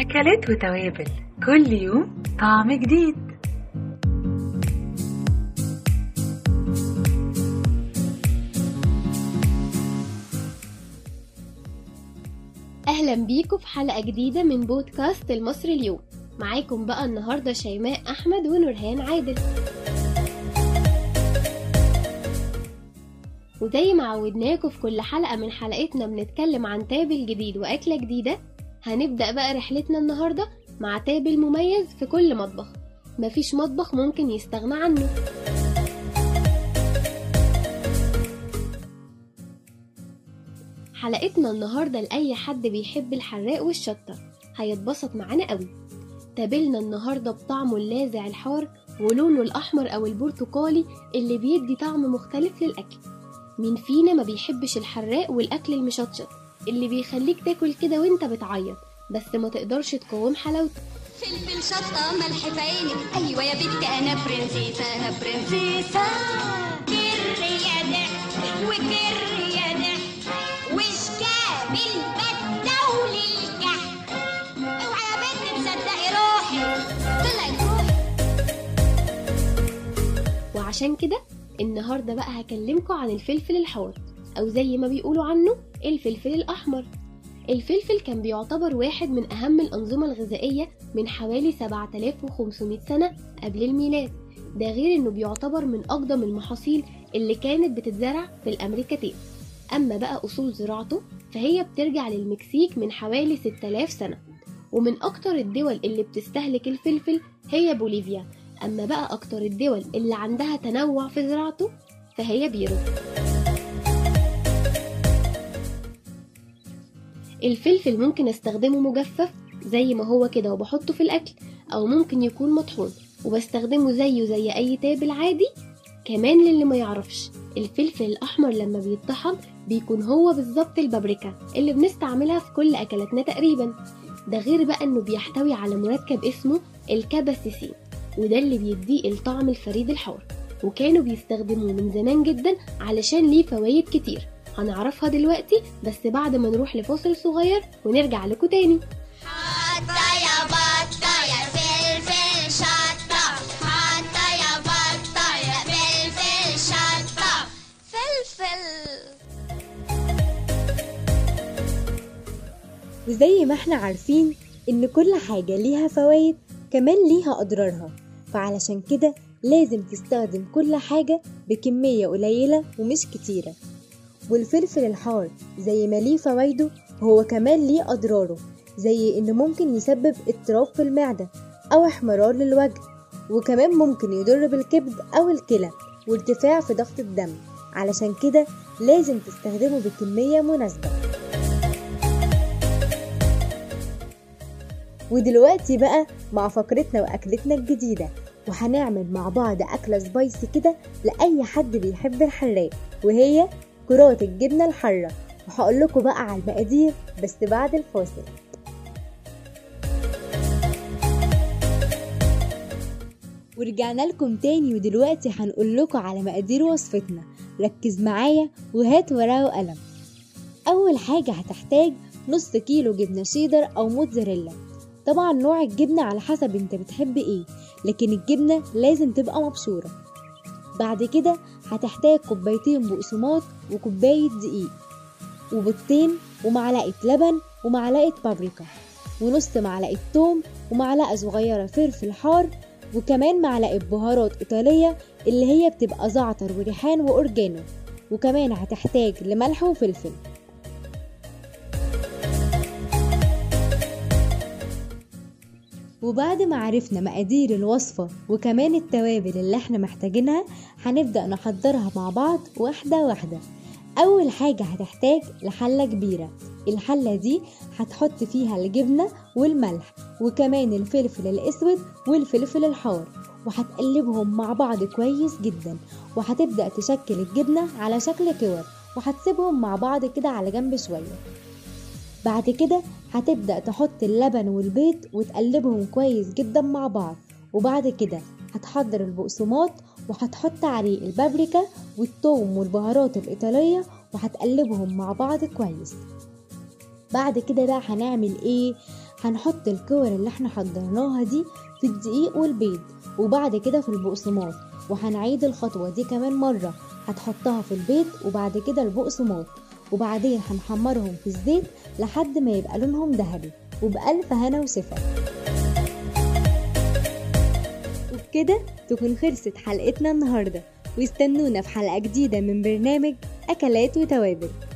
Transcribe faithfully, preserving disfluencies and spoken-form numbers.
أكلات وتوابل، كل يوم طعم جديد. أهلا بيكم في حلقة جديدة من بودكاست المصري اليوم. معاكم بقى النهاردة شيماء أحمد ونورهان عادل. وزي ما عودناكم في كل حلقة من حلقتنا بنتكلم عن تابل جديد وأكلة جديدة، هنبدأ بقى رحلتنا النهاردة مع تابل مميز في كل مطبخ، مفيش مطبخ ممكن يستغنى عنه. حلقتنا النهاردة لأي حد بيحب الحراق والشطة هيتبسط معانا قوي. تابلنا النهاردة بطعمه اللاذع الحار ولونه الأحمر أو البرتقالي اللي بيدي طعم مختلف للأكل. مين فينا ما بيحبش الحراق والأكل المشطشط اللي بيخليك تاكل كده وانت بتعيط بس ما تقدرش تقاوم حلاوته؟ فلفل شطة ملح في عينك، أيوة يا بنت أنا برنسيسة أنا برنسيسة. كر يا ضحك وكر يا ضحك وشكاب البتة وللكحك. اوعى يا بنت تصدقي روحي طلعت روحي. وعشان كده النهاردة بقى هكلمكم عن الفلفل الحار أو زي ما بيقولوا عنه الفلفل الأحمر. الفلفل كان بيعتبر واحد من أهم الأنظمة الغذائية من حوالي سبعة آلاف وخمسمائة سنة قبل الميلاد. ده غير إنه بيعتبر من أقدم المحاصيل اللي كانت بتتزرع في الأمريكتين. أما بقى أصول زراعته فهي بترجع للمكسيك من حوالي ستة آلاف سنة، ومن أكتر الدول اللي بتستهلك الفلفل هي بوليفيا. أما بقى أكتر الدول اللي عندها تنوع في زراعته فهي بيرو. الفلفل ممكن استخدمه مجفف زي ما هو كده وبحطه في الأكل، أو ممكن يكون مطحون وبستخدمه زيه زي أي تابل عادي. كمان للي ما يعرفش، الفلفل الأحمر لما بيتطحن بيكون هو بالظبط البابريكا اللي بنستعملها في كل أكلاتنا تقريبا. ده غير بقى أنه بيحتوي على مركب اسمه الكابسيسين، وده اللي بيديه الطعم الفريد الحار، وكانوا بيستخدموه من زمان جدا علشان ليه فوايد كتير هنعرفها دلوقتي، بس بعد ما نروح لفاصل صغير ونرجع لكم تاني. حتى يا بطة يا فلفل شطة، حتى يا بطة يا فلفل شطة. فلفل. وزي ما احنا عارفين ان كل حاجة ليها فوائد كمان ليها اضرارها، فعلشان كده لازم تستخدم كل حاجة بكمية قليلة ومش كتيرة. والفلفل الحار زي ما ليه فوائده هو كمان ليه أضراره، زي إنه ممكن يسبب اضطراب في المعدة أو احمرار للوجه، وكمان ممكن يضر بالكبد أو الكلى وارتفاع في ضغط الدم. علشان كده لازم تستخدمه بكمية مناسبة. ودلوقتي بقى مع فقرتنا وأكلتنا الجديدة، وهنعمل مع بعض أكلة سبايسي كده لأي حد بيحب الحراق، وهي كرات الجبنة الحارة. وهقول لكم بقى على المقادير بس بعد الفاصل. ورجعنا لكم تاني، ودلوقتي هنقول لكم على مقادير وصفتنا. ركز معايا وهات ورقة وقلم. أول حاجة هتحتاج نص كيلو جبنة شيدر أو موتزاريلا. طبعا نوع الجبنة على حسب انت بتحب ايه، لكن الجبنة لازم تبقى مبشورة. بعد كده هتحتاج كوبايتين بقسماط وكوباية دقيق وبيضتين ومعلقة لبن ومعلقة بابريكا ونص معلقة توم ومعلقة صغيرة فلفل حار، وكمان معلقة بهارات إيطالية اللي هي بتبقى زعتر وريحان وأورجانو، وكمان هتحتاج لملح وفلفل. وبعد ما عرفنا مقادير الوصفة وكمان التوابل اللي احنا محتاجينها، هنبدأ نحضرها مع بعض واحدة واحدة. أول حاجة هتحتاج لحلة كبيرة. الحلة دي هتحط فيها الجبنة والملح وكمان الفلفل الأسود والفلفل الحار، وهتقلبهم مع بعض كويس جدا، وهتبدأ تشكل الجبنة على شكل كور، وهتسيبهم مع بعض كده على جنب شوية. بعد كده هتبدأ تحط اللبن والبيض وتقلبهم كويس جدا مع بعض. وبعد كده هتحضر البقسماط وهتحط عليه البابريكا والثوم والبهارات الإيطالية وهتقلبهم مع بعض كويس. بعد كده بقى هنعمل ايه؟ هنحط الكور اللي احنا حضرناها دي في الدقيق والبيض وبعد كده في البقسماط، وهنعيد الخطوة دي كمان مرة، هتحطها في البيض وبعد كده البقسماط، وبعدين هنحمرهم في الزيت لحد ما يبقى لونهم ذهبي، وبألف هنا وصفا. وبكده تكون خلصت حلقتنا النهاردة، واستنونا في حلقة جديدة من برنامج أكلات وتوابل.